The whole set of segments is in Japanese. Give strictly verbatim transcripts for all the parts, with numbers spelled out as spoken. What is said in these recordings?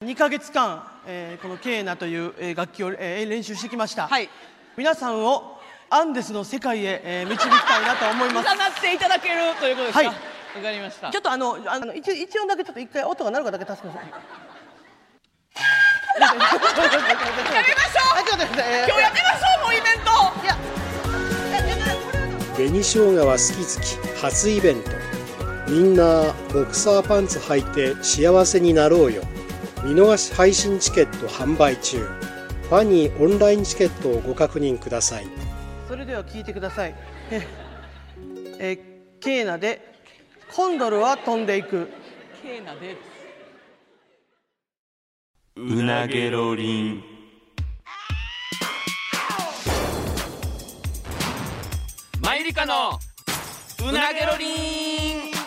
にかげつかん、えー、このケーナという、えー、楽器を、えー、練習してきました、 はい、 皆さんをアンデスの世界へ、えー、導きたいなと思います。 占っていただけるということですか。 はい、 わかりました。 ちょっとあのあの 一, 一音だけちょっと一回音が鳴るかだけ助けます。 やめましょう。今日やってましょう、もうイベント。いや、 紅しょうがは好き好き初イベント。みんなボクサーパンツ履いて幸せになろうよ。見逃し配信チケット販売中。ファニーオンラインチケットをご確認ください。 それでは聞いてください。ええケーナでコンドルは飛んでいく。 ケーナでうなげろりん。マユリカのうなげろりん。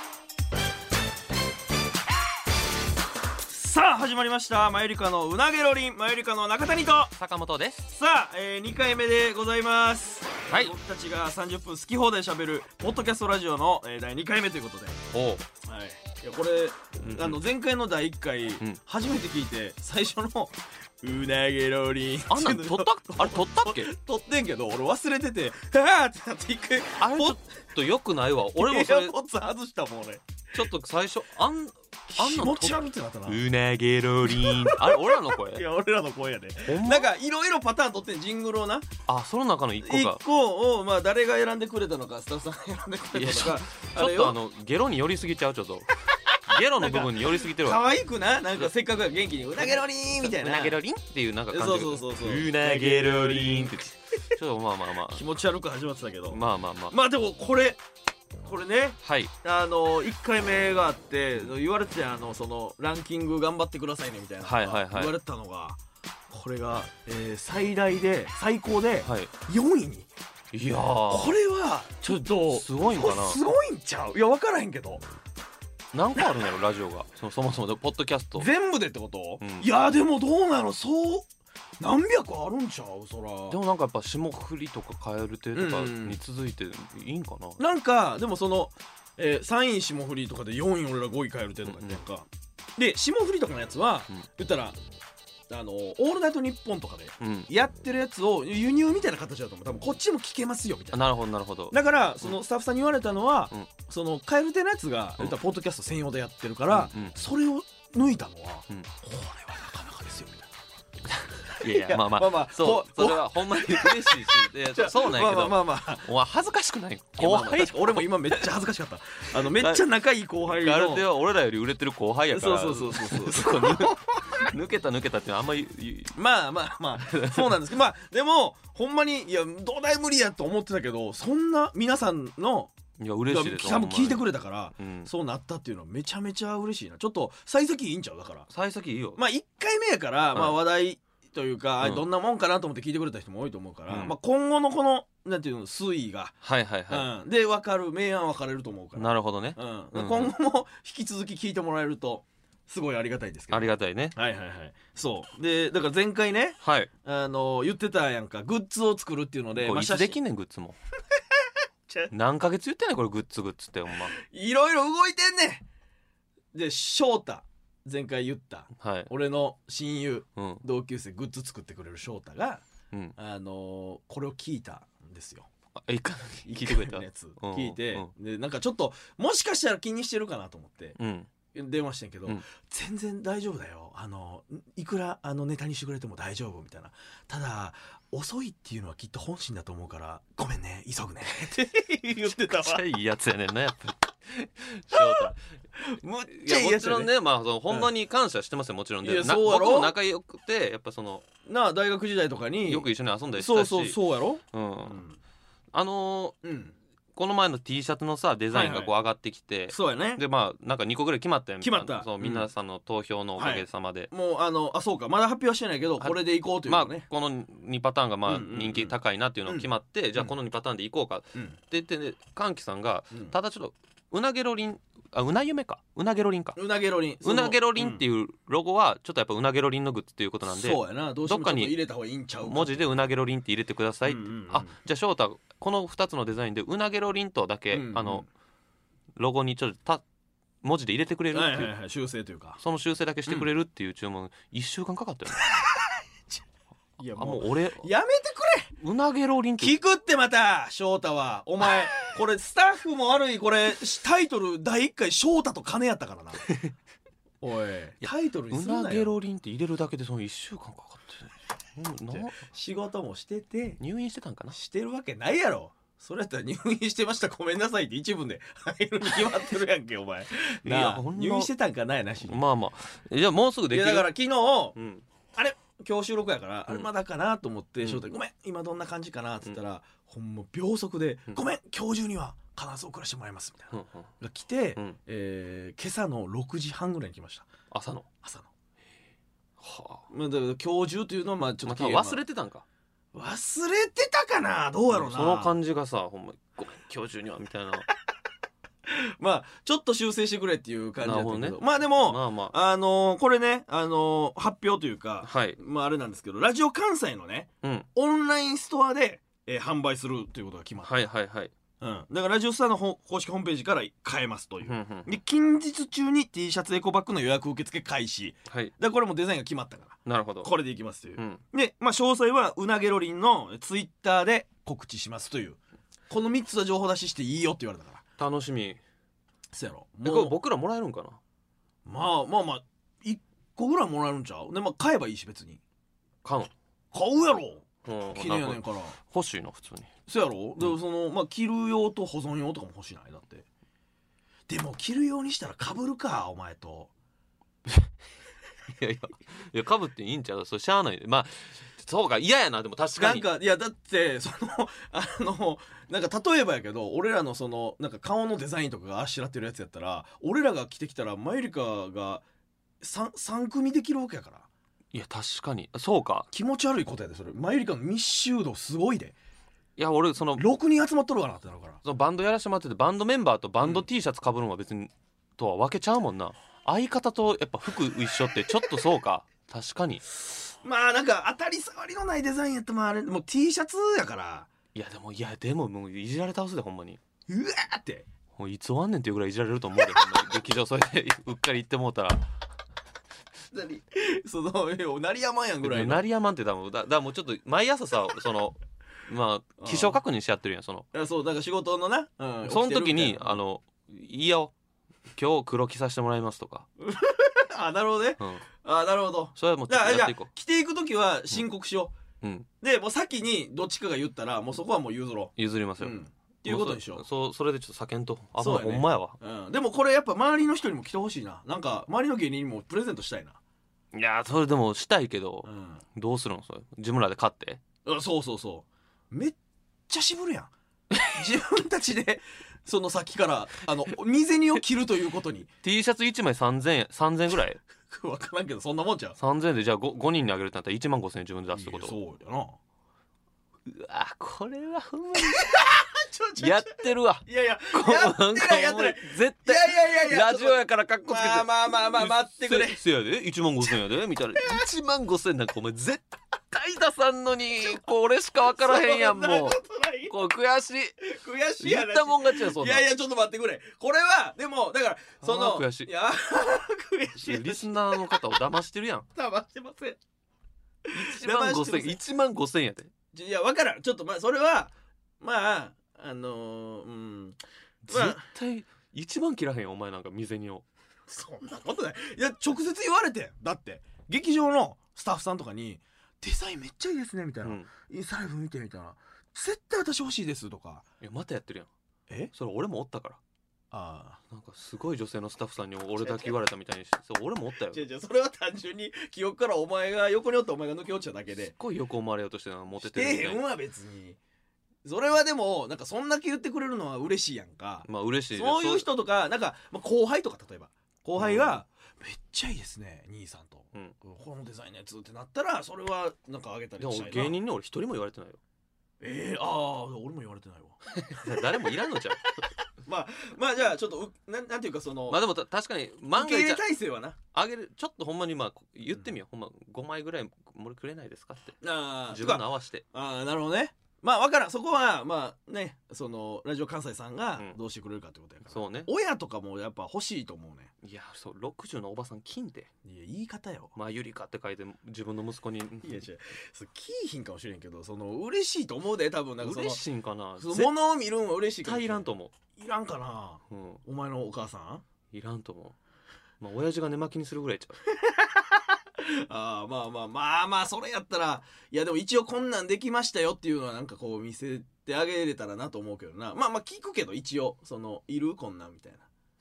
さあ始まりました、マユリカのうなげろりん。マユリカの中谷と坂本です。 さあ、えー、にかいめでございます。 はい、 僕たちがさんじゅっぷん好き放題しゃべるポッドキャストラジオの、えー、だいにかいめということで、 おう、 はい、いやこれ、うんうん、あの前回のだいいっかい、うん、初めて聞いて最初のうなげろりんあんなん撮ったあれ撮ったっけ撮ってんけど俺忘れててはぁってなって一回あれちょっとよくないわ。俺もそれエアポッツ外したもん俺。 ちょっと最初あんあん気持ち悪ってなったな。 うなげろりんあれ俺らの声いや俺らの声やで、ま、なんかいろいろパターン取ってんジングルをな。 あ、その中のいっこか。 いっこを、まあ、誰が選んでくれたのかスタッフさんが選んでくれたのか。 ちょっとあのゲロに寄りすぎちゃう。ちょっとゲロの部分に寄りすぎてるわ。 可愛くな、なんかせっかく元気にうなげろりんみたいな、 うなげろりんっていうなんか感じ。 そうそうそうそう、 うなげろりんってちょっとまあまあまあ気持ち悪く始まってたけど、 まあまあまあまあでもこれこれね、 はい、 あのいっかいめがあって言われてて、あのそのランキング頑張ってくださいねみたいな、 はいはいはい、 言われてたのが、これが、えー、最大で最高でよんいに、はい、いやーこれはちょっとすごいんかな。 すごいんちゃう。いや分からへんけど何個あるんやろラジオがそ, そもそもポッドキャスト全部でってこと、うん、いやでもどうなの、そう何百あるんちゃう。そらでもなんかやっぱ霜降りとかカエル亭とかに続いていいんかな、うん、 なんかでもその、えー、さんい霜降りとかでよんい俺らごいカエル亭とかやったやんか、うん、で霜降りとかのやつは、うん、言ったらあのオールナイトニッポンとかでやってるやつを輸入みたいな形だと思う。多分こっちも聞けますよみたいな。 なるほどなるほど。 だからそのスタッフさんに言われたのは、うん、そのカエル亭のやつが、うん、言ったらポッドキャスト専用でやってるから、うんうん、それを抜いたのは、うん、これはなかなかですよみたいな。 いやいやまあまあ、まあまあ、そうそれはほんまに嬉しいしいやそうなんやけど、 まあまあまあ、 お前恥ずかしくない？後輩、まあまあ、 俺も今めっちゃ恥ずかしかったあのめっちゃ仲いい後輩のガルテは俺らより売れてる後輩やから、 そうそうそうそうそこ抜けた抜けたってあんまりまあまあまあそうなんですけど、まあでもほんまにいやどうだい無理やと思ってたけど、そんな皆さんのいや嬉しいです。 多分聞いてくれたから、うん、そうなったっていうのはめちゃめちゃ嬉しいな。ちょっと幸先いいんちゃう。だから幸先いいよ。 まあいっかいめやから、はい、まあ話題というか、うん、どんなもんかなと思って聞いてくれた人も多いと思うから、うん、まあ、今後のこのなんていうの推移が、 はいはいはい、 うん、で分かる明暗分かれると思うから。 なるほどね、 うんうん、今後も引き続き聞いてもらえるとすごいありがたいですけど。 ありがたいね。 はいはいはい。そうでだから前回ね、 はい、 あの言ってたやんか、グッズを作るっていうので、 これいつできんねんグッズも何ヶ月言ってんねんこれグッズグッズってほんまいろいろ動いてんねん。で翔太前回言った、はい、俺の親友、うん、同級生グッズ作ってくれる翔太が、うん、あのー、これを聞いたんですよ。 えいか聞いてくれたやつ聞いて、うんうん、でなんかちょっともしかしたら気にしてるかなと思って、うん、電話してんけど、うん、全然大丈夫だよ、あのいくらあのネタにしてくれても大丈夫みたいな、ただ遅いっていうのはきっと本心だと思うからごめんね急ぐねって言ってたわ。めっちゃいいやつやねんなやっぱり翔太むっちゃいいやつやね。もちろんね、まあそのほんまに感謝してますよ、もちろんで。いやそうやろ。僕も仲良くてやっぱそのなあ大学時代とかによく一緒に遊んだりしたし。 そうそうそうやろ、 うん、うん、あのーうんこの前の T シャツのさデザインがこう上がってきて、はいはい、 そうやね。 でまあなんかにこぐらい決まったやん。 決まった。 そう、皆さんの投票のおかげさまで、 はい、もうあのあそうかまだ発表はしてないけどこれでいこうというのね、 まあ、このにパターンがまあ人気高いなっていうのが決まって、うんうんうん、じゃあこのにパターンでいこうか、うん、って言ってね、歓喜さんが、うん、ただちょっとうなげろりんあうな夢かうなげろりんかうなげろりんうなげろりんっていうロゴはちょっとやっぱうなげろりんのグッズっていうことなんで、 そうやな、どうしてもちょっと入れた方がいいんちゃうか、 文字でうなげろりんって入れてくださいって、うんうんうん、あじゃあ翔太このふたつのデザインでうなげろりんとだけ、うんうん、あのロゴにちょっとた文字で入れてくれるっていう、 はいはいはい、修正というかその修正だけしてくれるっていう注文、うん、いっしゅうかんかかったよねいやもうあもう俺やめてくれうなげろりんって聞くってまた翔太はお前これスタッフも悪いこれタイトルだいいっかい翔太と金やったからなおいタイトルにすんなようなげろりんって入れるだけでそのいっしゅうかんかかって、うん、な仕事もしてて入院してたんかなしてるわけないやろそれやったら入院してましたごめんなさいって一文で入るに決まってるやんけお前なあ入院してたんかないなしにまあまあじゃあもうすぐできるいやだから昨日、 うん、 あれ今日収録やから、うん、あれまだかなと思って翔太、 うん、 ごめん今どんな感じかなっつったら、うん、ほんま秒速で、うん、ごめん今日中には必ず送らせてもらいますみたいな、うん、が来て、うんえー、今朝のろくじはんぐらいに来ました朝の朝のはあ、まあ、だから今日中というのはまあちょっと、まあ、 忘れてたんか忘れてたかなどうやろうなその感じがさほんまごめん今日中にはみたいなまあちょっと修正してくれっていう感じだったけど、 ね、 まあでも、 まあまあ、 あのー、これね、あのー、発表というか、 はい、 まああれなんですけどラジオ関西のね、うん、オンラインストアで、えー、販売するということが決まった、 はいはいはい、 うん、だからラジオスターの公式ホームページから買えますという、 うんうん、 で近日中に T シャツエコバッグの予約受付開始、 はい、 だからこれもデザインが決まったからなるほどこれでいきますという、 うん、 で、まあ、詳細はうなげろりんのツイッターで告知しますというこのみっつは情報出ししていいよって言われたから楽しみそうやろでこれ僕らもらえるんかなまあまあまあいっこぐらいもらえるんちゃうで、まあ、買えばいいし別に買う買うやろうん綺麗やねんから欲しいな普通にそうやろ、うん、でそのまあ着る用と保存用とかも欲しいないだってでも着る用にしたら被るかお前といやいやいや被っていいんちゃうそれしゃあないまあそうか嫌やなでも確かになんかいやだってそのあのなんか例えばやけど俺らのそのなんか顔のデザインとかがあしらってるやつやったら俺らが着てきたらマユリカが 3, さん組できるわけやからいや確かにそうか気持ち悪いことやでそれマユリカの密集度すごいでいや俺そのろくにん集まっとるかなってなるからそのバンドやらせてもらっててバンドメンバーとバンド T シャツ被るのは別にとは分けちゃうもんな相方とやっぱ服一緒ってちょっとそうか確かにまあなんか当たり障りのないデザインやったらあれもう T シャツやからいやでもいやでももういじられ倒すでほんまにうわーってもういつ終わんねんっていうぐらいいじられると思うでほんま劇場それでうっかり行ってもうたら何その成り山やんぐらいの成り山って多分だだからもうちょっと毎朝さそのまあ気象確認し合ってるやんそのいやそうだから仕事のな、うん、 その時にあのいいよ今日黒着させてもらいますとかあなるほどね、うん、あなるほどそれはもうちょっとやっていこう着ていく時は申告しよう、 うん、 でもう先にどっちかが言ったらもうそこはもう譲ろう譲りますよ、うん、 っていうことでしょそ, そうそれでちょっと叫んとあそう、ね、ほんまやわ、 うん、でもこれやっぱ周りの人にも着てほしいななんか周りの芸人にもプレゼントしたいないやそれでもしたいけど、うん、どうするのそれ自分らで買ってあそうそうそうめっちゃ渋るやん自分たちでその先からあの身銭を切るということに T シャツいちまいさんぜんえんさんぜんえんぐらい分からんけどそんなもんじゃんさんぜんえんでじゃあ 5, ごにんにあげるってなったらいちまんごせんえん自分で出すってこと。 そうやな。 うわこれはほんまにやってるわ。 いやいややってないやってない絶対いやいやいやいやラジオやからカッコつけてまあまあまあまあ待ってくれせ, せやでいちまんごせんえんやでみたいないちまんごせんえんなんかお前絶対出さんのにこれしか分からへんやんもうこれ悔しい悔しいや言ったもん勝ちやそんないやいやちょっと待ってくれこれはでもだからその悔しいいや悔しいリスナーの方を騙してるやん騙してませんいちまんごせんえんいちまんごせんえんやでいや分からんちょっとまあそれはまああのー、うん絶対いちまん切らへんよお前なんか未銭をそんなことないいや直接言われてだって劇場のスタッフさんとかにデザインめっちゃいいですねみたいな、うん、インスタライブ見てみたいな絶対私欲しいですとかいやまたやってるやんえそれ俺もおったからあなんかすごい女性のスタッフさんに俺だけ言われたみたいにしてそう俺もおったよ違う違うそれは単純に記憶からお前が横におってお前が抜け落ちただけですっごい横思われようとしてモテてるみたいなしてへんわ別にそれはでもなんかそんだけ言ってくれるのは嬉しいやんかまあ嬉しいそういう人とかなんか、まあ、後輩とか例えば後輩が、うん、めっちゃいいですね兄さんと、うん、このデザインのやつってなったらそれはなんかあげたりしたいな芸人に俺一人も言われてないよえー、ああ俺も言われてないわ誰もいらんのじゃんまあまあじゃあちょっとな ん, なんていうかそのまあでも確かに万が一受け入れ体制はなあげるちょっとほんまにまあ言ってみよう、うん、ほんまごまいぐらいもれくれないですかってあ自分の合わせてああなるほどねまあ分からん、そこはまあね、そのラジオ関西さんがどうしてくれるかってことやから、 そうね、 親とかもやっぱ欲しいと思うね。 いやそうろくじゅうのおばさん金で、 いや言い方よ、 まあゆりかって書いて自分の息子に、いや違う、そキーひんかもしれんけど、その嬉しいと思うで、多分なんかその嬉しいんかな、 その物を見るんは嬉しいかもしれん。 絶対いらんと思う。いらんかな、 う、うん、 お前のお母さんいらんと思う。まあ親父が寝巻きにするぐらいちゃう。 ああまあまあまあまあ、それやったら、いやでも一応こんなんできましたよっていうのはなんかこう見せてあげれたらなと思うけどな。まあまあ聞くけど、一応そのいるこんなんみたいな。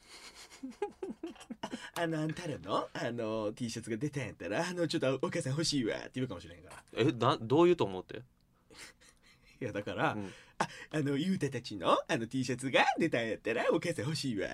あのあんたらのあの T シャツが出たんやったら、あのちょっとお母さん欲しいわって言うかもしれんから。 えなどう言うと思って。 いやだから、 うん、 ああのゆうたたちのあの T シャツが出たんやったらお母さん欲しいわって。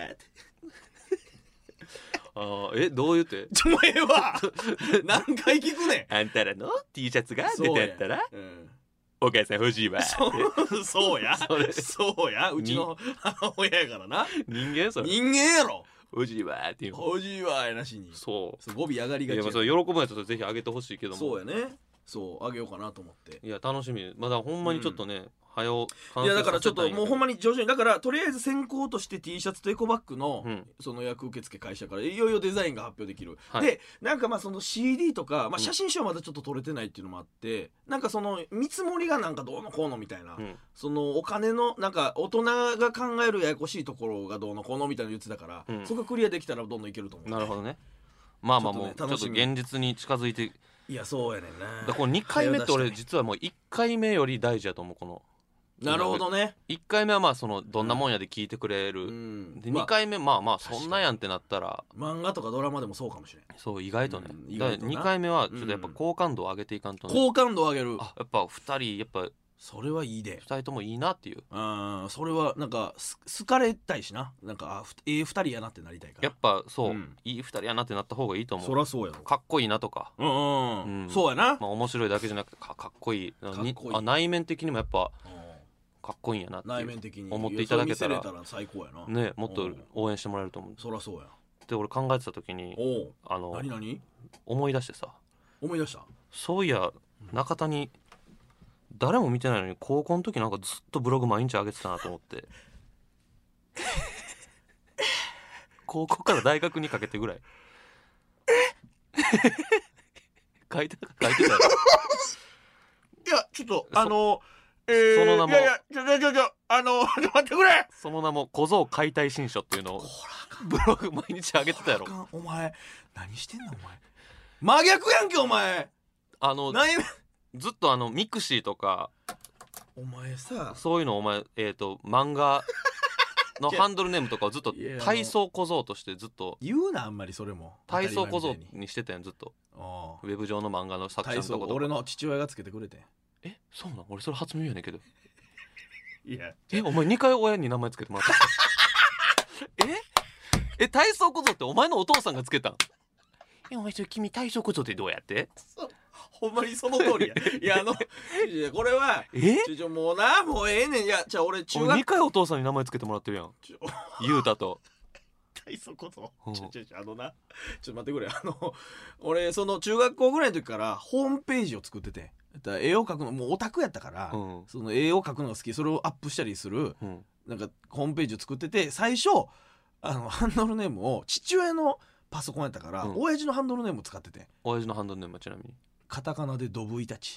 あえどう言って。 ちょもうええわ何回聞くねん。あんたらの T シャツが出たんやったら、 うん、 お母さん欲しいわ。 そうそうやそれそうや、うちの母親やからな。 人間それ。 人間やろ。 欲しいわっていう。 欲しいわやなしに。 そう語尾上がりがちや。 いやそれ喜ぶやつとぜひあげてほしいけども。 そうやね。そうあげようかなと思って。 いや楽しみ。まだほんまにちょっとね、うん、はよいやだからちょっともうほんまに徐々に、だからとりあえず先行として T シャツとエコバッグの、うん、その予約受付開始からいよいよデザインが発表できる、はい、でなんかまあその シーディー とか、まあ、写真集はまだちょっと撮れてないっていうのもあって、うん、なんかその見積もりがなんかどうのこうのみたいな、うん、そのお金のなんか大人が考えるややこしいところがどうのこうのみたいな言ってたから、うん、そこがクリアできたらどんどんいけると思う。 なるほどね。まあまあもうちょっと現実に近づいて、 いやそうやねんな。 だこれにかいめって俺実はもういっかいめより大事やと思う。このなるほどね。 いっかいめはまあそのどんなもんやで聞いてくれる、うん、でにかいめまあまあそんなやんってなったら、 漫画とかドラマでもそうかもしれん。 そう意外とね、うん、だからにかいめはちょっとやっぱ好感度を上げていかんと、ね、 好感度を上げる。 あやっぱふたりやっぱそれはいいで、 ふたりともいいなっていう。 うんそれはなんか好かれたいしな、なんかあええふたりやなってなりたいから、 やっぱそう、うん、いいふたりやなってなった方がいいと思う。 そりゃそうやろ。 かっこいいなとか、 うんうん、うん、そうやな、 まあ、面白いだけじゃなくて か, かっこいいかっこいいあ内面的にもやっぱかっこいいんやなって内面的に思っていただけたら最高やな、 ね、もっと応援してもらえると思う。 そりゃそうや。 で俺考えてた時にあの何何思い出してさ思い出した。 そういや中田に誰も見てないのに高校の時なんかずっとブログ毎日上げてたなと思って高校から大学にかけてぐらい書いてた書いてたよいやちょっとあのえー、その名もいやいやちょちょちょちょあのちょっと待ってくれ。 その名も小僧解体新書っていうのをブログ毎日上げてたやろ。 お前何してんのお前真逆やんけお前。 あのずっとあのミクシーとかお前さそういうのお前えっ、ー、と漫画のハンドルネームとかをずっと体操小僧としてずっと言うなあんまりそれも体操小僧にしてたやんずっと。ウェブ上の漫画の作者のとことか俺の父親がつけてくれてん。 えそうなん俺それ初耳やねんけど。 いやえお前にかい親に名前つけてもらったええ体操小僧ってお前のお父さんがつけたん。えお前それ君体操小僧ってどうやってそうほんまにその通りやいやあのいやこれはえちょちょもうなもうええねん。いやじゃあ俺中学にかいお父さんに名前つけてもらってるやんゆうたと体操小僧ちょちょちょあのなちょっと待ってくれあの俺その中学校ぐらいの時からホームページを作っててだ絵を描くのもうオタクやったから、うん、その絵を描くのが好きそれをアップしたりする、うん、なんかホームページを作ってて最初あのハンドルネームを父親のパソコンやったから、うん、親父のハンドルネームを使ってて。 親父のハンドルネームはちなみにカタカナでドブイタチ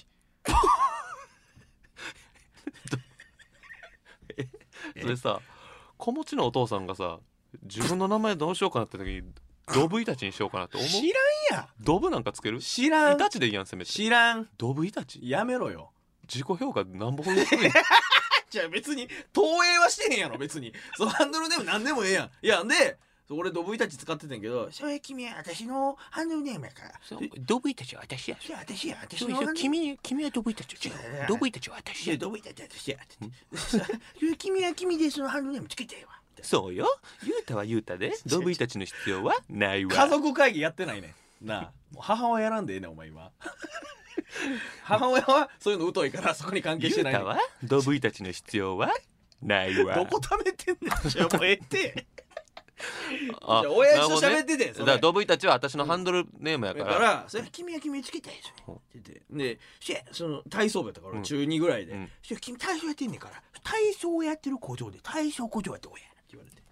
えそれさ子持ちのお父さんがさ自分の名前どうしようかなって時にドブイタチにしようかなって思う。 知らんやドブなんかつける知らんイタチでいいやんせめて。 知らんドブイタチやめろよ。 自己評価なんぼほど低いじゃあ別に投影はしてへんやろ別にそのハンドルネームなんでもええやん。いやで俺ドブイタチ使ってたんやけどそれ君は私のハンドルネームやからドブイタチは私や私や私の君君はドブイタチ違うドブイタチは私やドブイタチは私や君は君でそのハンドルネームつけてわそうよゆうたはゆうたでドブイタチの必要はないわ。 家族会議やってないねんなあもう母親選んでええねんお前今母親はそういうの疎いからそこに関係してないねん。 ゆうたはドブイタチの必要はないわ。 どこ貯めてんねんじゃあもうええってあじゃあ親父と喋ってて、 ね、だからドブイたちは私のハンドルネームやから、 だからそれ君は君つけてって言ってでしその体操部やったから、うん、中にぐらいで、うん、し君体操やってんねんから体操やってる工場で体操工場やっておやって言われて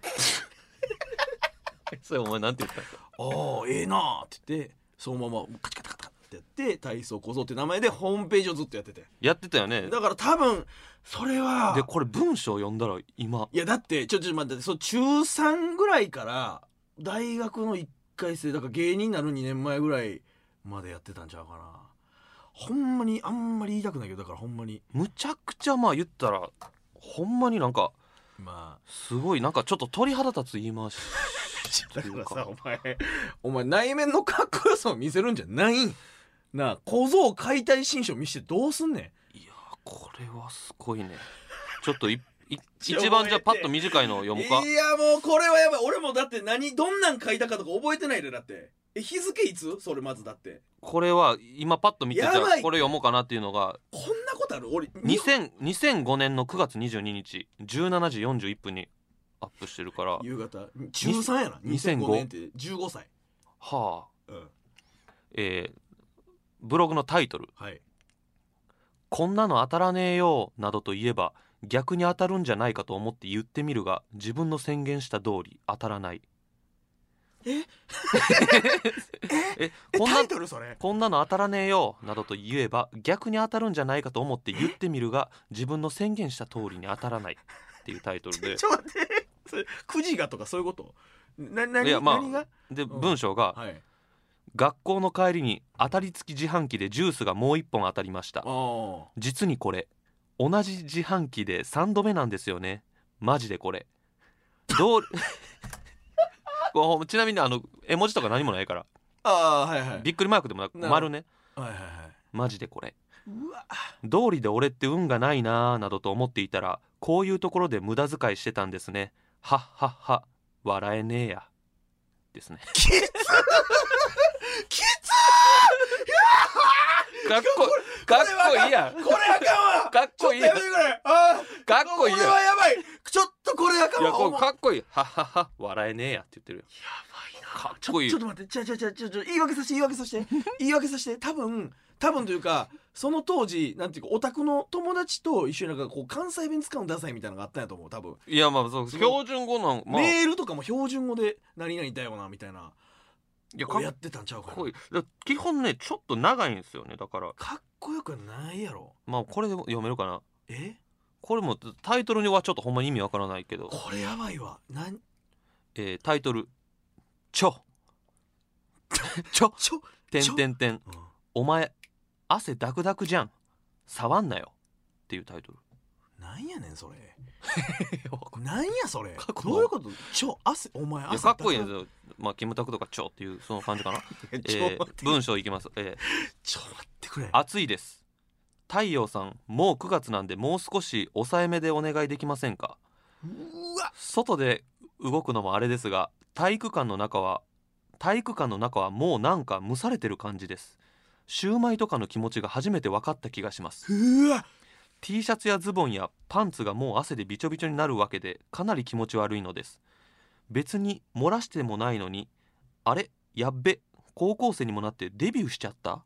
それお前なんて言ったの？ああええなって言ってそのままカチカチカチカチってやって体操小僧って名前でホームページをずっとやっててやってたよね。 だから多分それはでこれ文章読んだら今いやだってちょちょ待ってそう中さんぐらいから大学のいっかい生だから芸人になるにねんまえぐらいまでやってたんちゃうかな。ほんまにあんまり言いたくないけどだからほんまにむちゃくちゃまあ言ったらほんまになんかまあすごいなんかちょっと鳥肌立つ言い回しだからさお前お前内面のかっこよさを見せるんじゃないんなあ小僧解体新書見してどうすんねん。いやこれはすごいね。ちょっといい一番じゃあパッと短いのを読むか。 いやもうこれはやばい。俺もだって何どんなん書いたかとか覚えてないで。だってえ日付いつそれまずだってこれは今パッと見てじゃあこれ読もうかなっていうのがこんなことある俺にせんにせんごねんのくがつにじゅうににちじゅうしちじよんじゅういっぷんにアップしてるから夕方中さんやなにせんごねんってじゅうごさいはあ、うん、えー、ブログのタイトル、はい、こんなの当たらねえよなどと言えば逆に当たるんじゃないかと思って言ってみるが自分の宣言した通り当たらない。 ええこんなタイトルそれこんなの当たらねえよなどと言えば逆に当たるんじゃないかと思って言ってみるが自分の宣言した通りに当たらないっていうタイトルでちょっと待ってそれくじがとかそういうことな何いや、まあ、 何がで、うん、文章が、はい、学校の帰りに当たり付き自販機でジュースがもう一本当たりました。実にこれ同じ自販機でさんどめなんですよね。マジでこれどうちなみにあの絵文字とか何もないからあ、はいはい、 びっくりマークでもなく丸ね、 はいはいはい、 マジでこれうわ道理で俺って運がないななどと思っていたらこういうところで無駄遣いしてたんですね。はっはっは笑えねえやですね。 きつきつかっこかっこいいやん。 これあかんわ。 かっこいいやん。 かっこいいやん。これはやばい。ちょっとこれあかんわ。 いやこれかっこいい。はっはっは笑えねえやって言ってるよ。 やばいな。 かっこいい。 ちょっと待って。ちょちょちょちょちょ言い訳させて言い訳させて言い訳させて。多分多分というかその当時なんていうかオタクの友達と一緒になんかこう関西弁使うんダサいみたいなのがあったんやと思う多分。 いやまあそう標準語なん、 まあ、メールとかも標準語で何々だよなみたいな。 いややってたんちゃうかな。基本ねちょっと長いんですよね。だからかっこよくないやろ。 まあこれで読めるかな。 えこれもタイトルにはちょっとほんまに意味わからないけどこれやばいわ。なん、 えー、タイトルちょちょちょてんてんてんお前汗ダクダクじゃん触んなよっていうタイトル。 なんやねんそれなんやそれどういうこと。ちょ汗お前汗かっこいいですよ。まあキムタクとかちょっていうその感じかな。えー、文章いきます、えー、 ちょ待ってくれ。 暑いです。太陽さんもうくがつなんでもう少し抑えめでお願いできませんか。 うわ外で動くのもあれですが体育館の中は体育館の中はもうなんか蒸されてる感じです。シューマイとかの気持ちが初めて分かった気がします。 うわ T シャツやズボンやパンツがもう汗でびちょびちょになるわけでかなり気持ち悪いのです。別に漏らしてもないのにあれやっべ高校生にもなってデビューしちゃった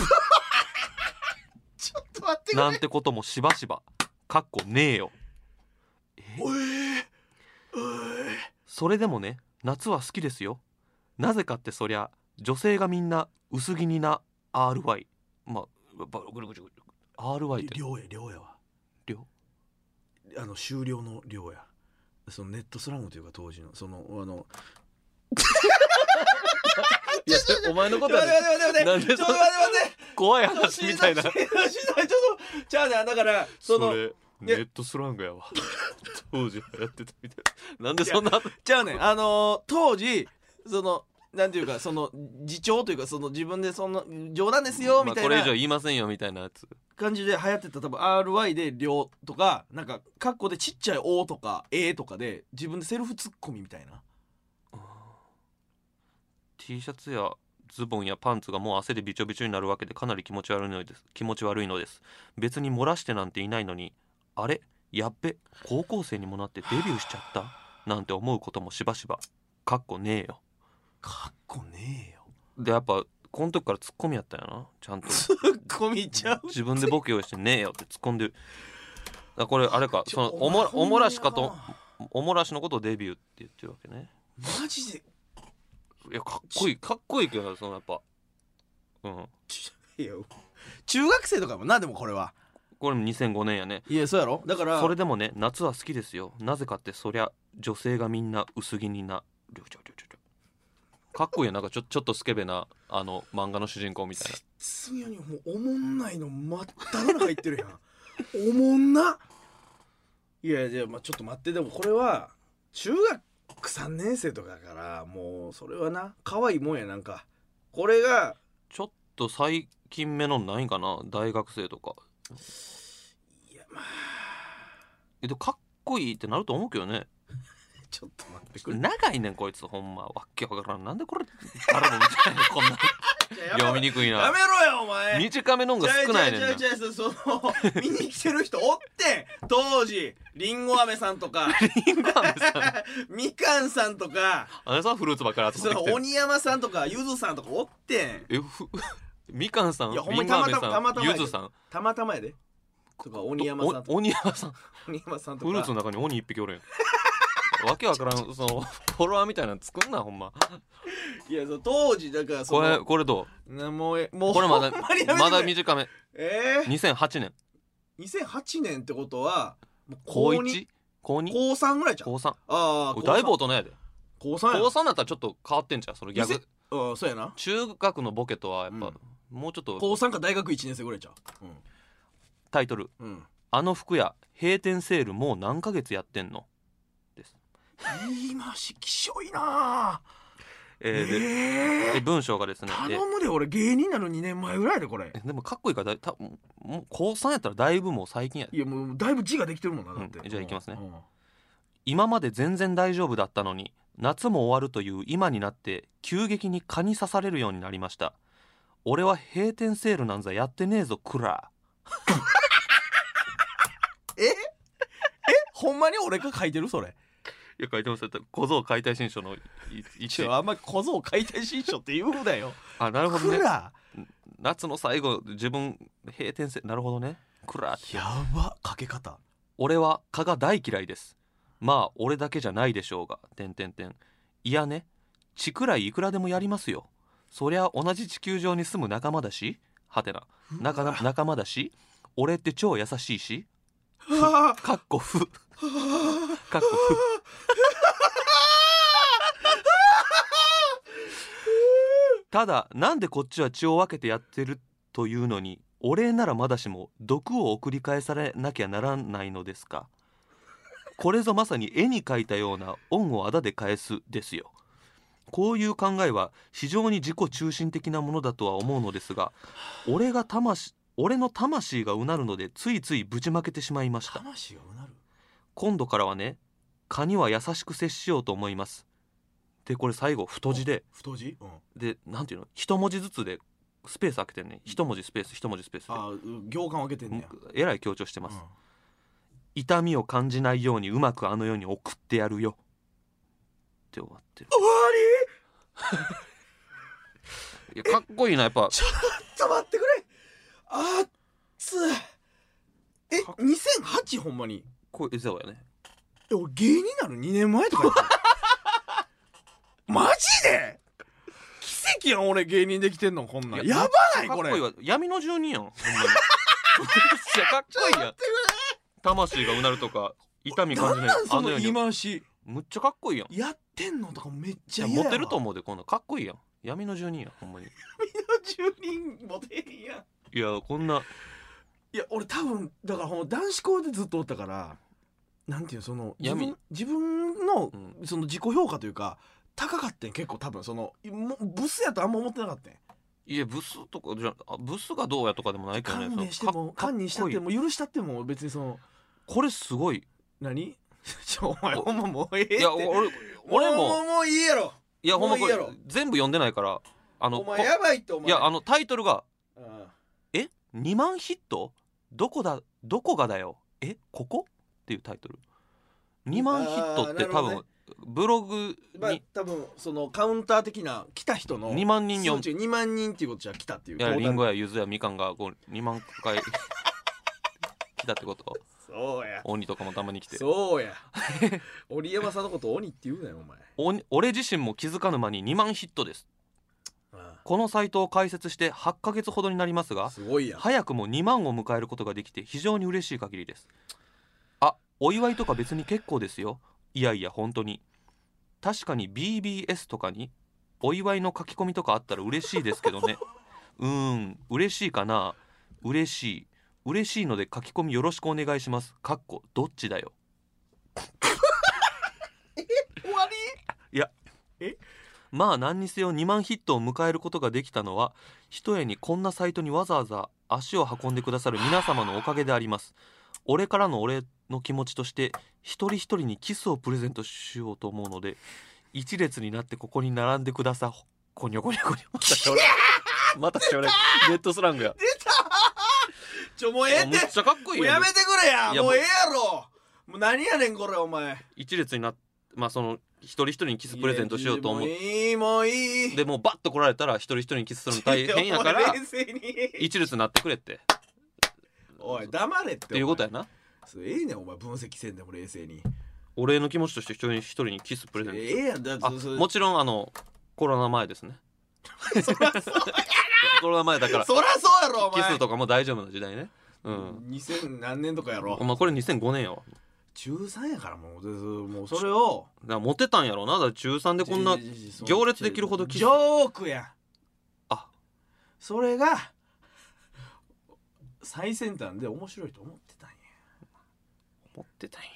ちょっと待ってくれなんてこともしばしばかっこねえよ。 えー、えー、 それでもね夏は好きですよ。なぜかってそりゃ女性がみんな薄着にな アールワイ まあぐるぐるぐる アールワイ って量や量やわ量あの終了の量やそのネットスラングというか当時のそのあのいやお前のことはなんでそんな怖い話みたいなちょっとちゃうねだからそのそれネットスラングやわ当時やってたみたいな。なんでそんなちゃうねあのー、当時そのなんていうかその自重というかその自分でその冗談ですよみたいな、 まあ、これ以上言いませんよみたいなやつ感じで流行ってた多分 アールワイ で量とかなんかカッコでちっちゃい O とか A とかで自分でセルフツッコミみたいな。 T シャツやズボンやパンツがもう汗でびちょびちょになるわけでかなり気持ち悪いのです気持ち悪いのです。別に漏らしてなんていないのにあれやっべ高校生にもなってデビューしちゃったなんて思うこともしばしばかっこねえよ。 かっこねえよでやっぱこの時からツッコミやったよな、ちゃんとツッコミちゃう自分でボケ用意してねえよって突っ込んでる。だこれあれか、そのおもおもらしかとおもらしのことをデビューって言ってるわけね。 マジでいやかっこいいかっこいいけどな、そのやっぱうんいや中学生とかもな。でもこれはこれもにせんごねんやね。 いやそうやろ。だからそれでもね夏は好きですよ。なぜかってそりゃ女性がみんな薄着になる。かっこいいや。なんかちょちょっとスケベなあの漫画の主人公みたいな。 絶妙にもうおもんないの真っ只中入ってるやんおもんな。いやじゃあまあちょっと待って。でもこれは中学さんねん生とかだからもうそれはな可愛いもんや。なんかこれがちょっと最近目のないんかな、大学生とか。 いやまあえでかっこいいってなると思うけどね。 ちょっと待ってくれ。 長いねんこいつほんま。わっけわからん。なんでこれ誰も見てないのこんな読みにくいな。 やめろよお前。 短めのんが少ないねんな。 じゃあじゃあじゃあその見に来てる人おって当時りんご飴さんとかリンゴ飴さんみかんさんとかあれさフルーツばっかり集そのまってきてる。 鬼山さんとかゆずさんとかおってん。 えふみかんさん、 いやほんりまにたまたまんご飴さん、 たまたまやでゆずさん、 たまたまやでとか鬼山さんとかお鬼山さん、 鬼山さんとかフルーツの中に鬼一匹おるやん。わけわからんそのフォロワーみたいなの作んなほんま。 いやそう当時だからそこれのこれどなもうえもうう？これまだほんにやめてくれまだ短め。 えー、 にせんはちねんにせんはちねんってことはもう高にいち 高に高さんぐらいじゃん。 高さん。 ああだいぶ大人やで。 高さんや高さんだったらちょっと変わってんじゃんそのギャグ。 うんそうやな。 中学のボケとはやっぱ、 うんもうちょっと。 高さんか大学いちねん生ぐらいじゃん。 タイトル、 うん、うん、 あの服屋閉店セールもう何ヶ月やってんのです。 言い回しきしょいな。 えーでえーで文章がですね、 頼むで俺芸人なのにねんまえぐらいでこれ。 えでもかっこいいからだいたもう高さんやったらだいぶもう最近やで。 いやもうだいぶ字ができてるもんなだって、 うんじゃあいきますねうん今まで全然大丈夫だったのに夏も終わるという今になって急激に蚊に刺されるようになりました。俺は閉店セールなんざやってねえぞクラ。 ええほんまに俺が書いてるそれ。 いや書いてますよ。小僧解体新書の一ちょあんま小僧解体新書って言うなよ。 あなるほどね。 クラ夏の最後自分閉店セールなるほどねクラって。 やばかけ方。 俺は蚊が大嫌いです。まあ俺だけじゃないでしょうがてんてんてんいやね血くらいいくらでもやりますよ。そりゃ同じ地球上に住む仲間だしはてな仲な仲間だし俺って超優しいしかっこふかっこふただなんでこっちは血を分けてやってるというのにお礼ならまだしも毒を送り返されなきゃならないのですか。これぞまさに絵に描いたような恩をあだで返すですよ。こういう考えは非常に自己中心的なものだとは思うのですが、俺が魂俺の魂がうなるのでついついぶちまけてしまいました。 魂がうなる。 今度からはね蚊には優しく接しようと思います。でこれ最後太字で太字、うん、 でなんていうの一文字ずつでスペース開けてんね。一文字スペース一文字スペースであ行間分けてんねや。 えらい強調してます、 うん、 痛みを感じないようにうまくあの世に送ってやるよって終わってる。 終わいやかっこいいなやっぱ。 りちょっと待ってくれ。あっつえにせんはちほんまにこれそうやね。 え俺芸人なのにねんまえとかやったマジで奇跡やん。俺芸人できてんのこんなん。やばないこれ。 かっこいいわ。闇の住人やんほんまに。めっちゃかっこいいやん。魂がうなるとか痛み感じないなんなんその言いあの世に回し。 むっちゃかっこいいやん。 やってんのとかめっちゃい嫌やわ。 やモテると思うでこんなんかっこいいやん。闇の住人やんほんまに。 闇の住人モテへんやん。 いやこんないや俺多分だからほんま男子校でずっとおったからなんていうのその自闇分自分のうんその自己評価というか高かったん結構多分そのもうブスやとあんま思ってなかったん。 いやブスとかじゃあブスがどうやとかでもないけどね。 観念してもそのか観念したってかっこいいも許したっても別にそのこれすごい。 何ちょお前ほんまもうええって。 いや俺俺もうももういいやろ。 いやほんまこれもういいやろ全部読んでないからあのお前やばいってお前。 いやあのタイトルがうんえにまんヒットどこだどこがだよえここっていうタイトル。にまんヒットって多分ブログまあに多分そのカウンター的な来た人のにまんにん読ん数値にまんにんっていうことじゃ来たっていういやトータルリンゴやゆずやみかんがこうにまん回来たってこと。 そうや鬼とかもたまに来てそうや折山さんのこと鬼って言うなよお前。 鬼俺自身も気づかぬ間ににまんヒットです。 ああこのサイトを開設してはちかげつほどになりますがすごいやん。 早くもにまんを迎えることができて非常に嬉しい限りです。あ、お祝いとか別に結構ですよ。いやいや本当に確かに ビービーエス とかにお祝いの書き込みとかあったら嬉しいですけどねうーん嬉しいかな。嬉しい嬉しいので書き込みよろしくお願いします。かっこどっちだよ終わり。 いやえまあ何にせよにまんヒットを迎えることができたのはひとえにこんなサイトにわざわざ足を運んでくださる皆様のおかげであります。俺からのお礼の気持ちとして一人一人にキスをプレゼントしようと思うので一列になってここに並んでください。こにょこにょこにょまたしょれまたしょれネットスラングや。 出たちょもうええってめっちゃかっこいいやん。 もうやめてくれやいやもうええやろもう何やねんこれお前。 一列になってまあその一人一人にキスプレゼントしようと思ってもういいもういいでもうバッと来られたら一人一人にキスするの大変やからいやお前冷静に一列になってくれっておい黙れってっていうことやな。 それええねんお前分析せんでも冷静にお礼の気持ちとして一人一人にキスプレゼントええやんだってあそれもちろんあのコロナ前ですねそらそうコロナ前だからそらそうやろお前キスとかも大丈夫な時代ね。うんにせん何年とかやろお前これにせんごねんやわ。 中さんやからもうでもうそれをだからモテたんやろな。だから中さんでこんな行列できるほどキスジョークやあそれが最先端で面白いと思ってたんや持ってたんや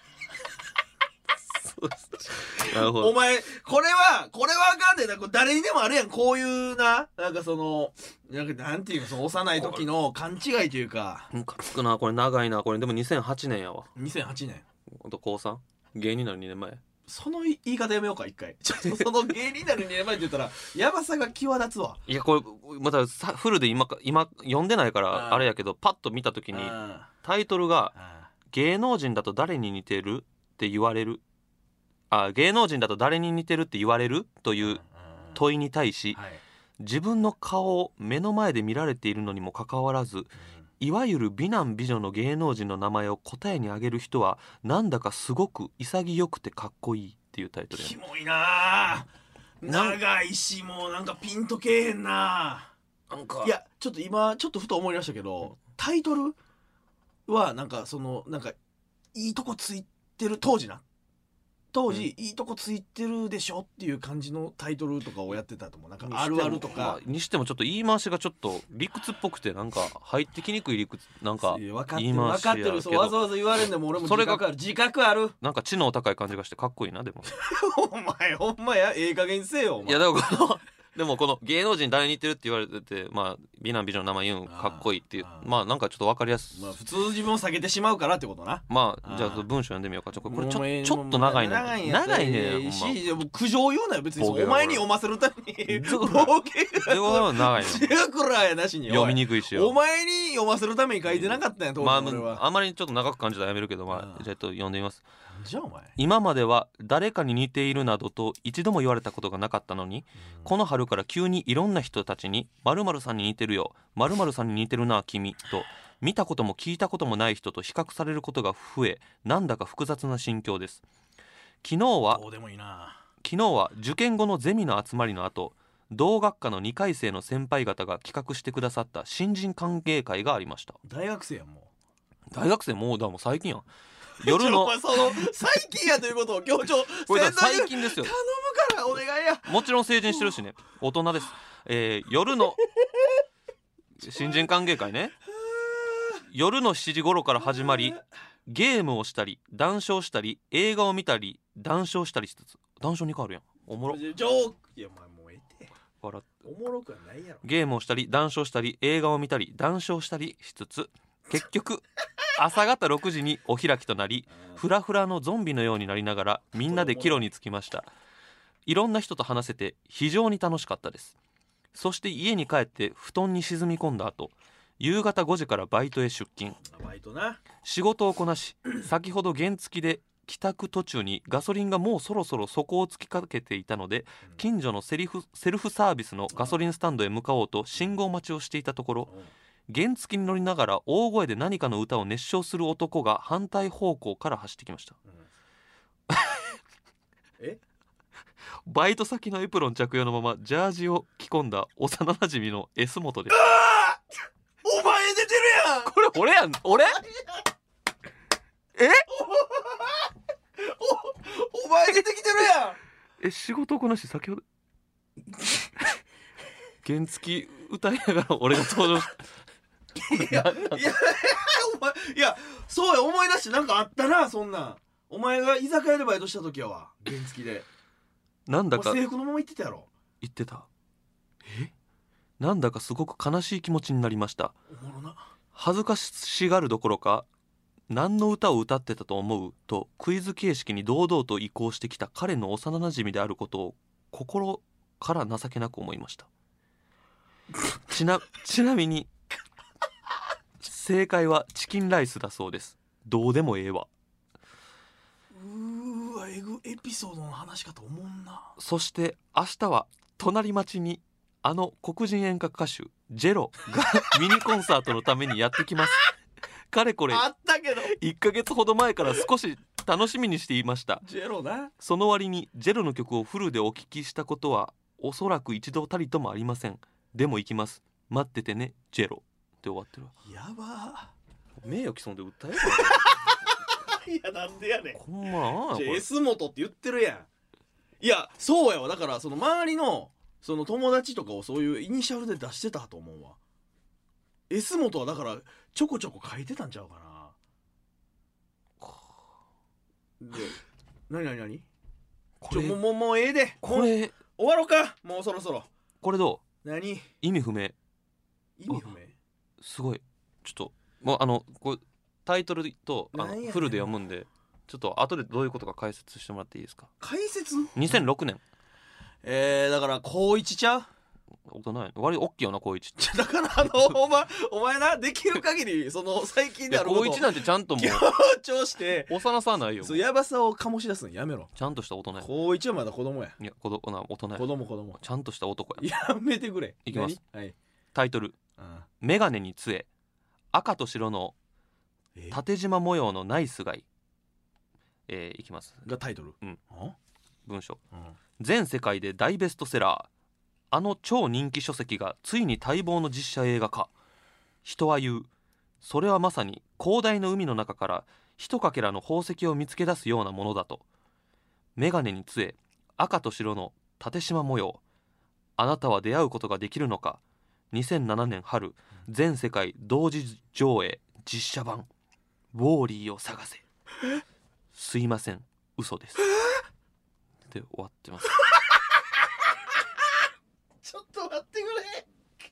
そうですなるほど。 お前これはこれはあかんでなこれ誰にでもあるやんこういうななんかそのなんかなんていうのその幼い時の勘違いというかムカつくなこれ長いなこれでもにせんはちねんやわ。 にせんはちねんほんと高さん芸人になるにねんまえ。 その言い方やめようか一回ちょっとその芸人になるにねんまえって言ったらやばさが際立つわ。 いやこれまたさフルで今か今読んでないかあらーあれやけどパッと見た時にあタイトルがあ芸能人だと誰に似てるって言われるあ芸能人だと誰に似てるって言われるという問いに対しはい自分の顔を目の前で見られているのにもかかわらずいわゆる美男美女の芸能人の名前を答えに挙げる人はなんだかすごく潔くてかっこいいっていうタイトルやね。 キモいななん長いしもうなんかピンとけえへんな。 なんかいやちょっと今ちょっとふと思い出したけどタイトルはなんかそのなんかいいとこついてる当時な当時、いいとこついてるでしょっていう感じのタイトルとかをやってたと思う。なんかあるあるとまかあにしてもちょっと言い回しがちょっと理屈っぽくてなんか入ってきにくい理屈なんかいや分かって言いる分かっ回しやけどてるそうわざわざ言われんでも俺もそれが自覚ある自覚あるなんか知能高い感じがしてかっこいいなでもお前ほんまやええ加減にせえよお前いやでもこのでもこの芸能人誰に似てるって言われててまあ美男美女の名前言うんかっこいいっていうあーまあなんかちょっと分かりやすいまあ普通自分を下げてしまうからってことな。 まああーじゃあ文章読んでみようかちょこれちょもうええちょっと長いな長いんやったら長いねええしでも苦情言うなよ別にボケだお前に読ませるためにどこボケでも長いのジェクラやなしに読みにくくいしよお前に読ませるために書いてなかったんや当まあ時俺は、 あんまりちょっと長く感じたらやめるけどまああーじゃあえっと読んでみますじゃあお前今までは誰かに似ているなどと一度も言われたことがなかったのにこの春から急にいろんな人たちに〇〇さんに似てるよ〇〇さんに似てるな君と見たことも聞いたこともない人と比較されることが増えなんだか複雑な心境です。昨日はどうでもいいな。 昨日は受験後のゼミの集まりの後同学科のにかい生の先輩方が企画してくださった新人歓迎会がありました。 大学生やんもう大学生もうだもう最近やん夜のお前その最近やということを強調これだせんという最近ですよ頼むからお願いや。 もちろん成人してるしね大人です、えー、夜の新人歓迎会ね夜のしちじ頃から始まりゲームをしたり談笑したり映画を見たり談笑したりしつつ談笑に変わるやんおもろジョークいやお前もうええて笑っておもろくはないやろ。 ゲームをしたり談笑したり映画を見たり談笑したりしつつ結局朝方ろくじにお開きとなりフラフラのゾンビのようになりながらみんなで帰路につきました。いろんな人と話せて非常に楽しかったです。そして家に帰って布団に沈み込んだ後夕方ごじからバイトへ出勤。 バイトな。 仕事をこなし先ほど原付で帰宅途中にガソリンがもうそろそろ底をつきかけていたので、近所のセリフセルフサービスのガソリンスタンドへ向かおうと信号待ちをしていたところ、原付に乗りながら大声で何かの歌を熱唱する男が反対方向から走ってきました。 えバイト先のエプロン着用のままジャージを着込んだ幼なじみの S 元です。 お前出てるやん。 これ俺やん。俺えお, お前出てきてるやん。 え仕事こなし先ほど原付歌いながら俺が登場しいやいやお前いやそうや思い出してなんかあったなそんなんお前が居酒屋でバイトした時やわ原付でなんだか制服のまま言ってたやろ。 言ってた。えなんだかすごく悲しい気持ちになりました。 おもろな。 恥ずかしがるどころか何の歌を歌ってたと思うとクイズ形式に堂々と移行してきた彼の幼なじみであることを心から情けなく思いました。ちな、ちなみに正解はチキンライスだそうです。どうでもええわ。 うーわえぐエピソードの話かと思うな。 そして明日は隣町にあの黒人演歌歌手ジェロがミニコンサートのためにやってきます。かれこれあったけどいっかげつほど前から少し楽しみにしていました。 ジェロな。 その割にジェロの曲をフルでお聴きしたことはおそらく一度たりともありません。でも行きます。待っててねジェロって終わってるわ。 やば名誉毀損で訴えるいやなんでやねん。 ほんまな。 じゃあ S 元って言ってるやん。いやそうやわ。だからその周りのその友達とかをそういうイニシャルで出してたと思うわ。 S 元はだからちょこちょこ書いてたんちゃうかな。で何何何これちょもうもうもうええでこれ終わろうかもうそろそろ。 これどう何意味不明。 意味不明。 すごいちょっともうあのこれタイトルとあのなんやねんフルで読むんでちょっと後でどういうことか解説してもらっていいですか。 解説にせんろくねんえー、だから高一ちゃう。 大人やね割り大きいよな高一ってだからあのお前お前なできる限りその最近いやであることを高一なんてちゃんともう強調して幼さはないよ。 そうやばさを醸し出すのやめろ。 ちゃんとした大人や。 高一はまだ子供や。 いや子供な大人や。 子供子供ちゃんとした男や。 やめてくれ。 いきます。 何はい。 タイトルあメガネに杖赤と白のえ縦縞模様のナイスガイ。えー、いきます。 がタイトル。 うんあ文章うん全世界で大ベストセラーあの超人気書籍がついに待望の実写映画化。人は言うそれはまさに広大な海の中からひとかけらの宝石を見つけ出すようなものだと。メガネに杖赤と白の縦縞模様あなたは出会うことができるのか。にせんななねん春全世界同時上映実写版ウォーリーを探せ。すいません嘘ですで終わってます。 ちょっと待ってくれ。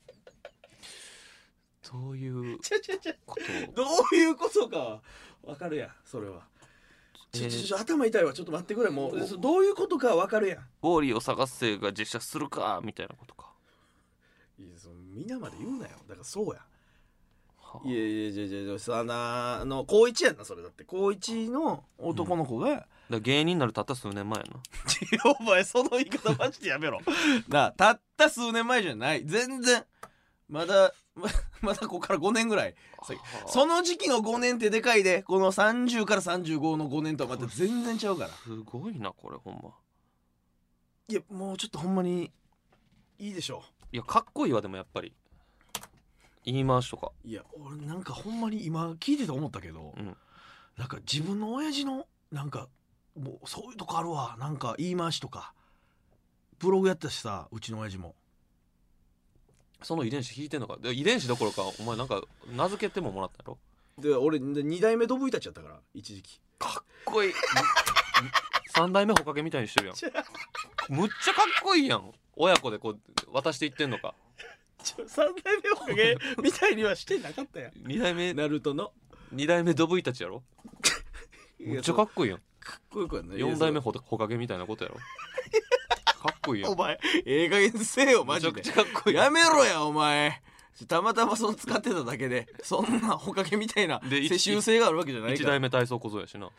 どういうちょちょちょことどういうことかわかるやんそれは。ちょちょちょ頭痛いわ。ちょっと待ってくれ。もうそどういうことかわかるやん。 ウォーリーを探せが実写するかみたいなことか。 いやその皆まで言うなよ。だからそうや。 はあいやいやいやいやいやさあなあの高一やんなそれ。だって高一の男の子が、 だから芸人になるたった数年前やな。 お前その言い方マジでやめろなあ。たった数年前じゃない全然まだ ま, まだここからごねんぐらい先。 はあその時期のごねんってでかいで。このさんじゅうからさんじゅうごのごねんとはまた全然ちゃうから。 すごいなこれほんま。 いやもうちょっとほんまにいいでしょいやかっこいいわ。でもやっぱり言い回しとか。 う。いや俺なんかほんまに今聞いてて思ったけど、 うんなんか自分の親父のなんかもうそういうとこあるわ。なんか言い回しとかブログやったしさうちの親父も。 その遺伝子引いてんのか。で遺伝子どころかお前なんか名付けてももらったやろ。 で俺に代目ドブイたちやったから一時期。 かっこいいさん代目ほかげみたいにしてるやん。むっちゃかっこいいやん。親子でこう渡していってんのか。 ちょさん代目おかげみたいにはしてなかったやんに代目ナルトのに代目ドブイたちやろ。めっちゃかっこいいやん。 かっこよくはない。 よん代目ほほかげみたいなことやろ。かっこいいやん。 お前ええ加減せえよマジで。 めちゃくちゃかっこいいやめろやお前。たまたまその使ってただけでそんなほかげみたいなで世襲性があるわけじゃないから。 一代目体操小僧やしな。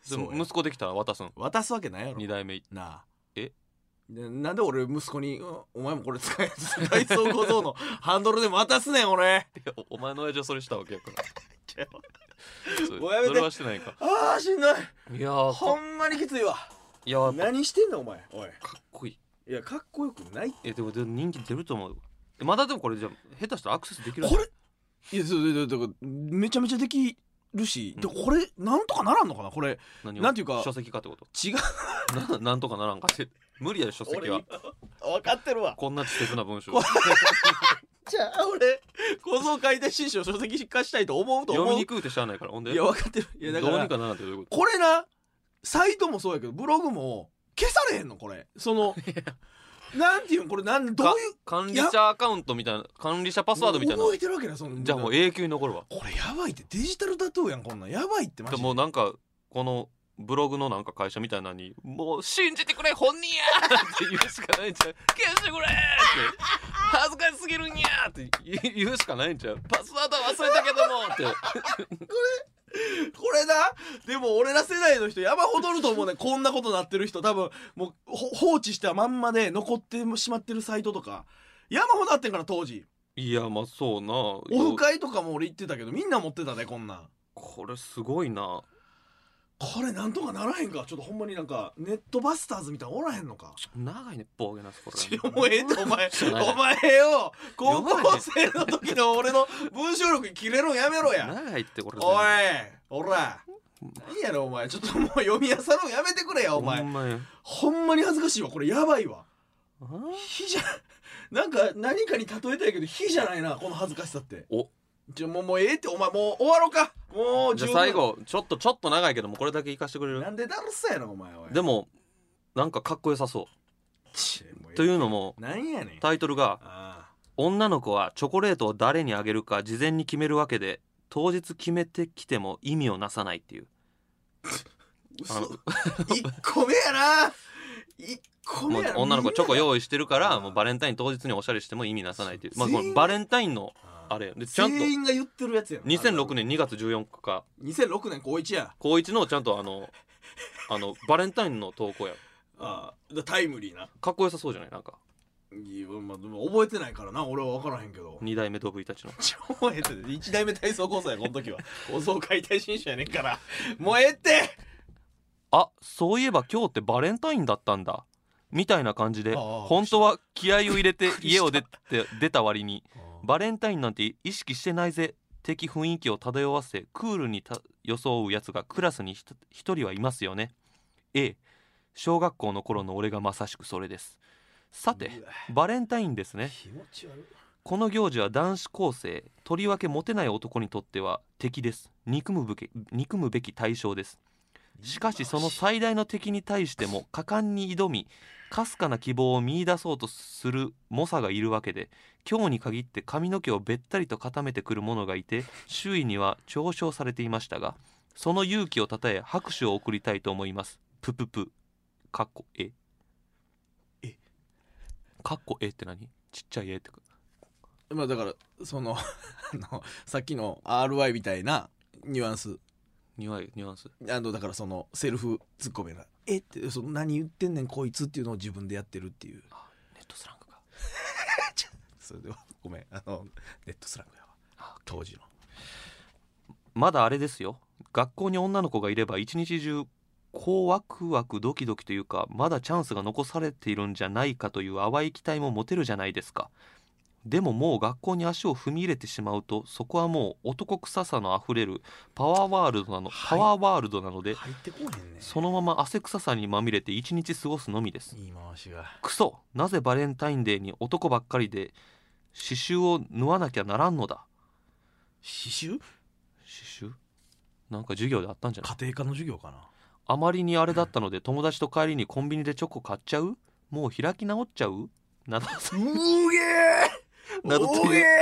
息子できたら渡すん？ 渡すわけないやろに代目なあ。 えでなんで俺息子に、うん、お前もこれ使え体操小僧のハンドルでも渡すねん俺。 いやお前の親父はそれしたわけやからもうやめて。 それはしてないか。 あーしんどい。 いやーほんまにきついわ。 いや何してんのお前。おいかっこいい。 いやかっこよくないって。 いやでもでも人気出ると思う。まだでもこれじゃ下手したらアクセスできる。 これいやそうだからめちゃめちゃできるし、うん、でこれなんとかならんのかなこれ。何なんていうか書籍かってこと？ 違うななんとかならんかって無理やで書籍は。 分かってるわ。 こんな稚拙な文章。 じゃあ俺構造解体新書を書籍化したいと思うと思う。 読みにくいってしゃあないから。ほんでいや分かってる。いやだからどうにかならんってどういうこと？ これなサイトもそうやけどブログも消されへんのこれ。そのなんていうのこれなんどういう管理者アカウントみたいな管理者パスワードみたいな覚えてるわけなその。 じゃあもう永久に残るわ。 これやばいってデジタルタトゥーやんこんなんやばいってマジで。 もうなんかこのブログのなんか会社みたいなのにもう信じてくれ本人やって言うしかないんちゃう。消してくれって恥ずかしすぎるんやって言うしかないんちゃう。パスワード忘れたけどもってこれこれな。でも俺ら世代の人山ほどおると思うね。こんなことなってる人多分もう放置したまんまで残ってしまってるサイトとか山ほどあってんから当時。 いやまあそうな。オフ会とかも俺行ってたけどみんな持ってたねこんなん。 これすごいな。 これなんとかならへんか。ちょっとほんまになんかネットバスターズみたいなおらへんのか。 長いねボーゲナスこれ。 もうええってお前お前よ高校生の時の俺の文章力に切れるのやめろや。 長いってこれ。 おいおら何やろお前ちょっともう読み漁るのやめてくれやお前。ほんまにほんまに恥ずかしいわこれやばいわ。火じゃなんか何かに例えたいけど火じゃないなこの恥ずかしさって。おじゃもうもうええってお前もう終わろうか。もうじゃあ最後ちょっとちょっと長いけどもこれだけ行かしてくれる？ なんでだるさやろお前。おいでもなんかかっこよさそうというのもなんやねんタイトルがあ女の子はチョコレートを誰にあげるか事前に決めるわけで当日決めてきても意味をなさないっていう。 嘘いっこめやないっこめやな。 女の子チョコ用意してるからもうバレンタイン当日におしゃれしても意味なさないっていう。まあこのバレンタインのあれでちゃんと全員が言ってるやつやな。 にせんろくねんにがつじゅうよっかにせんろくねん高いちや高いちのちゃんとあのあのバレンタインの投稿や。 ああタイムリーなかっこよさそうじゃないなんか。 いや、まあ、でも覚えてないからな俺は分からへんけど。 に代目ドブイたちの超ええっていち代目体操講座やこの時は構造解体新書やねんからもうええって。 あそういえば今日ってバレンタインだったんだみたいな感じで本当は気合を入れて家を出て出た割にバレンタインなんて意識してないぜ的雰囲気を漂わせクールにた装うやつがクラスに一人はいますよね。ええ小学校の頃の俺がまさしくそれです。さてバレンタインですね。この行事は男子高生とりわけモテない男にとっては敵です。憎むべき、憎むべき対象です。しかしその最大の敵に対しても果敢に挑みかすかな希望を見出そうとする猛者がいるわけで今日に限って髪の毛をべったりと固めてくる者がいて周囲には嘲笑されていましたがその勇気をたたえ拍手を送りたいと思います。プププかっこええかっこえって何ちっちゃいえってかまあだからそのあのさっきの アールワイ みたいなニュアンスニュアニュアンスあのだからそのセルフツッコミがえってその何言ってんねんこいつっていうのを自分でやってるっていう。 あネットスラングかそれではごめんあのネットスラングやわ当時の。 まだあれですよ学校に女の子がいれば一日中こうワクワクドキドキというかまだチャンスが残されているんじゃないかという淡い期待も持てるじゃないですか。でももう学校に足を踏み入れてしまうとそこはもう男臭さのあふれるパワーワールドなの、はい、パワーワールドなので入ってこへんね。 そのまま汗臭さにまみれて一日過ごすのみです。 いい回しがクソなぜバレンタインデーに男ばっかりで刺繍を縫わなきゃならんのだ。 刺繍刺繍なんか授業であったんじゃない。 家庭科の授業かな。 あまりにあれだったので友達と帰りにコンビニでチョコ買っちゃうもう開き直っちゃうなどうげーなどという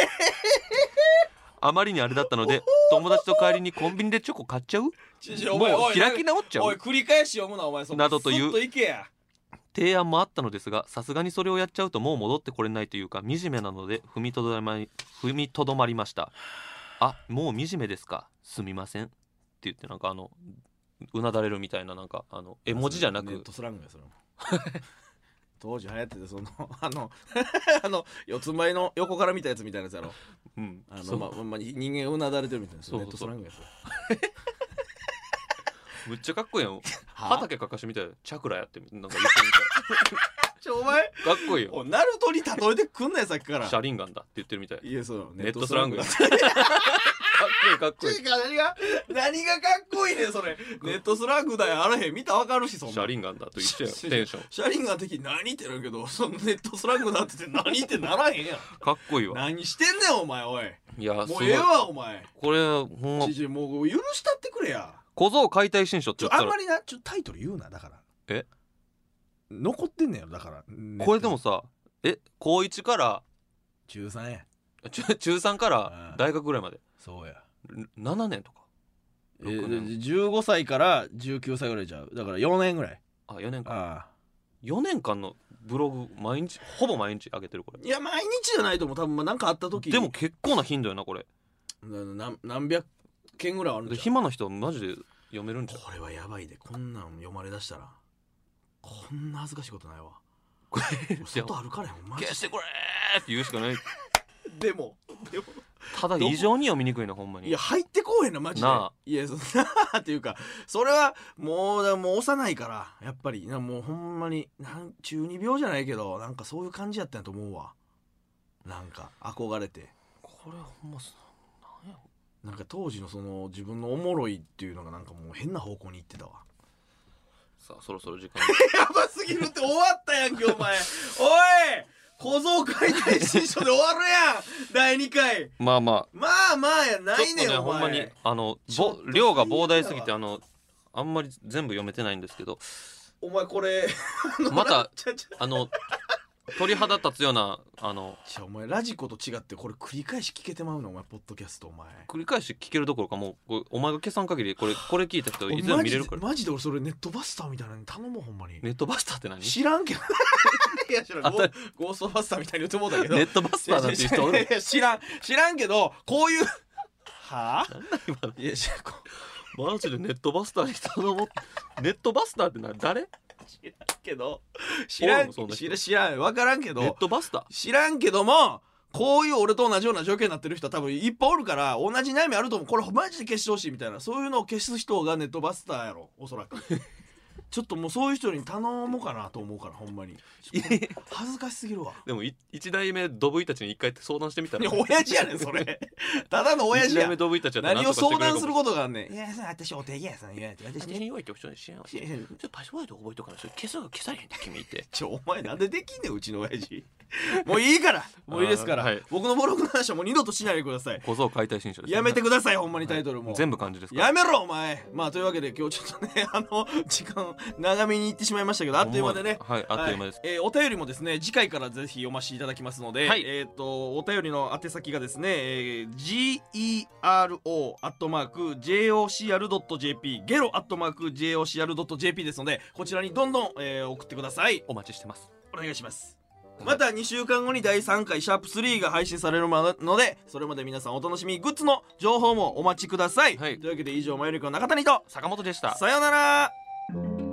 あまりにあれだったので友達と帰りにコンビニでチョコ買っちゃうもう開き直っちゃうおい繰り返し読むなお前そなどという提案もあったのですがさすがにそれをやっちゃうともう戻ってこれないというか惨めなので踏みとどまり、踏みとどまりました。あもう惨めですかすみませんって言ってなんかあのうなだれるみたいな、なんかあの絵文字じゃなくネットスラングやそれも当時流行っててそのあのあの四つ前の横から見たやつみたいなやつやろ、 うん、 あのまあまあ人間うなだれてるみたいな、 そうそうそうネットスラングやそれむっちゃかっこいいやん。畑かかしみたいなチャクラやってなんか言ってみたいちょお前かっこいいよ。 おナルトに例えてくんなよさっきからシャリンガンだって言ってるみたい。 いやそうネットスラングやネッかっこいいかっこいい。 何が何がかっこいいねんそれネットスラングだよあらへん見たらわかるしそんなシャリンガンだと一緒やんテンション。 シャリンガン的に何ってなるけどそのネットスラングだって言って何ってならへんやんかっこいいわ。 何してんねんお前おいいやもうええわお前これほんまちちもう許したってくれや小僧解体新書って言ったらちょあんまりなちょタイトル言うなだからえ残ってんねんよだからこれでもさえ高いちから中さんや中中さんから大学ぐらいまでそうやななねんとかえー、じゅうごさいからじゅうきゅうさいぐらいちゃうだからよねんぐらいあよねんかああよねんかんのブログ毎日ほぼ毎日上げてるこれ。 いや毎日じゃないと思う多分何かあった時でも結構な頻度よなこれ。 な何百件ぐらいあるんでちゃう暇な人はマジで読めるんちゃう。 これはやばいでこんなん読まれだしたらこんな恥ずかしいことないわこれ外歩かれへんマジで消してくれーって言うしかない。 でもでもただ異常に読みにくいなほんまに。 いや入ってこうへんなマジでなあいやそんなっていうかそれはもうもう幼いからやっぱりなもうほんまになん中二病じゃないけどなんかそういう感じやったんやと思うわなんか憧れてこれほんまなんやなんか当時のその自分のおもろいっていうのがなんかもう変な方向に行ってたわさあそろそろ時間やばすぎるって終わったやんけお前おい小僧解体新書で終わるやんだいにかいまあまあまあまあやないねん、 ね、 お前ほんまにあのちょっとぼ量が膨大すぎてあのあんまり全部読めてないんですけどお前これまたちゃちゃあの鳥肌立つようなあのちゃお前ラジコと違ってこれ繰り返し聞けてまうのお前ポッドキャストお前繰り返し聞けるどころかもうこれお前が消さん限りこれこれ聞いた人いつでも見れるから。 マジでマジで俺それネットバスターみたいなのに頼もうほんまにネットバスターって何？ 知らんけどいや知らんゴーゴーストバスターみたいに言ってもうたけどネットバスターなんていう人おる？ いや知らん知らんけどこういうはあなんだ今のいや知らんこマジでネットバスターに頼もうネットバスターって何誰？ 知らんけど知らんそんな人知らん知らん分からんけネッどトバスター知らんけどもこういう俺と同じような状況になってる人は多分いっぱいおるから同じ悩みあると思うこれマジで消してほしいみたいなそういうのを消す人がネットバスターやろおそらくちょっともうそういう人に頼もうかなと思うからほんまに恥ずかしすぎるわでもい一代目ドブイたちに一回相談してみたらいや親父やねんそれただの親父や一代目ドブイたちやったら何を相談するこことがあんねんいや私お手やさんいや私私に言われて人に知らんわちょっとパスワード覚えとかなそれ消す消されへんって君ってちょお前なんでできんねんうちの親父もういいからもういいですから、 はい、 僕のブログの話はもう二度としないでください小僧解体新書です、ね、 やめてくださいほんまにタイトルも、はい、 全部漢字ですからやめろお前まあというわけで今日ちょっとねあの時間長めにいってしまいましたけどあっという間でねはいあっという間です、 はいえー、お便りもですね次回からぜひ読ませていただきますので、 はい、 えっ、ー、とお便りの宛先がですね、えー、ジーイーアールオー アットマーク ジェイオーシーアール ドット ジェーピー ゲロアットマーク ジェイオーシーアール ドット ジェーピー ですのでこちらにどんどん、えー、送ってくださいお待ちしてますお願いしますまたにしゅうかんごにだいさんかいシャープスリーが配信されるのでそれまで皆さんお楽しみグッズの情報もお待ちください、はい、というわけで以上マユリカの中谷と坂本でしたさようなら。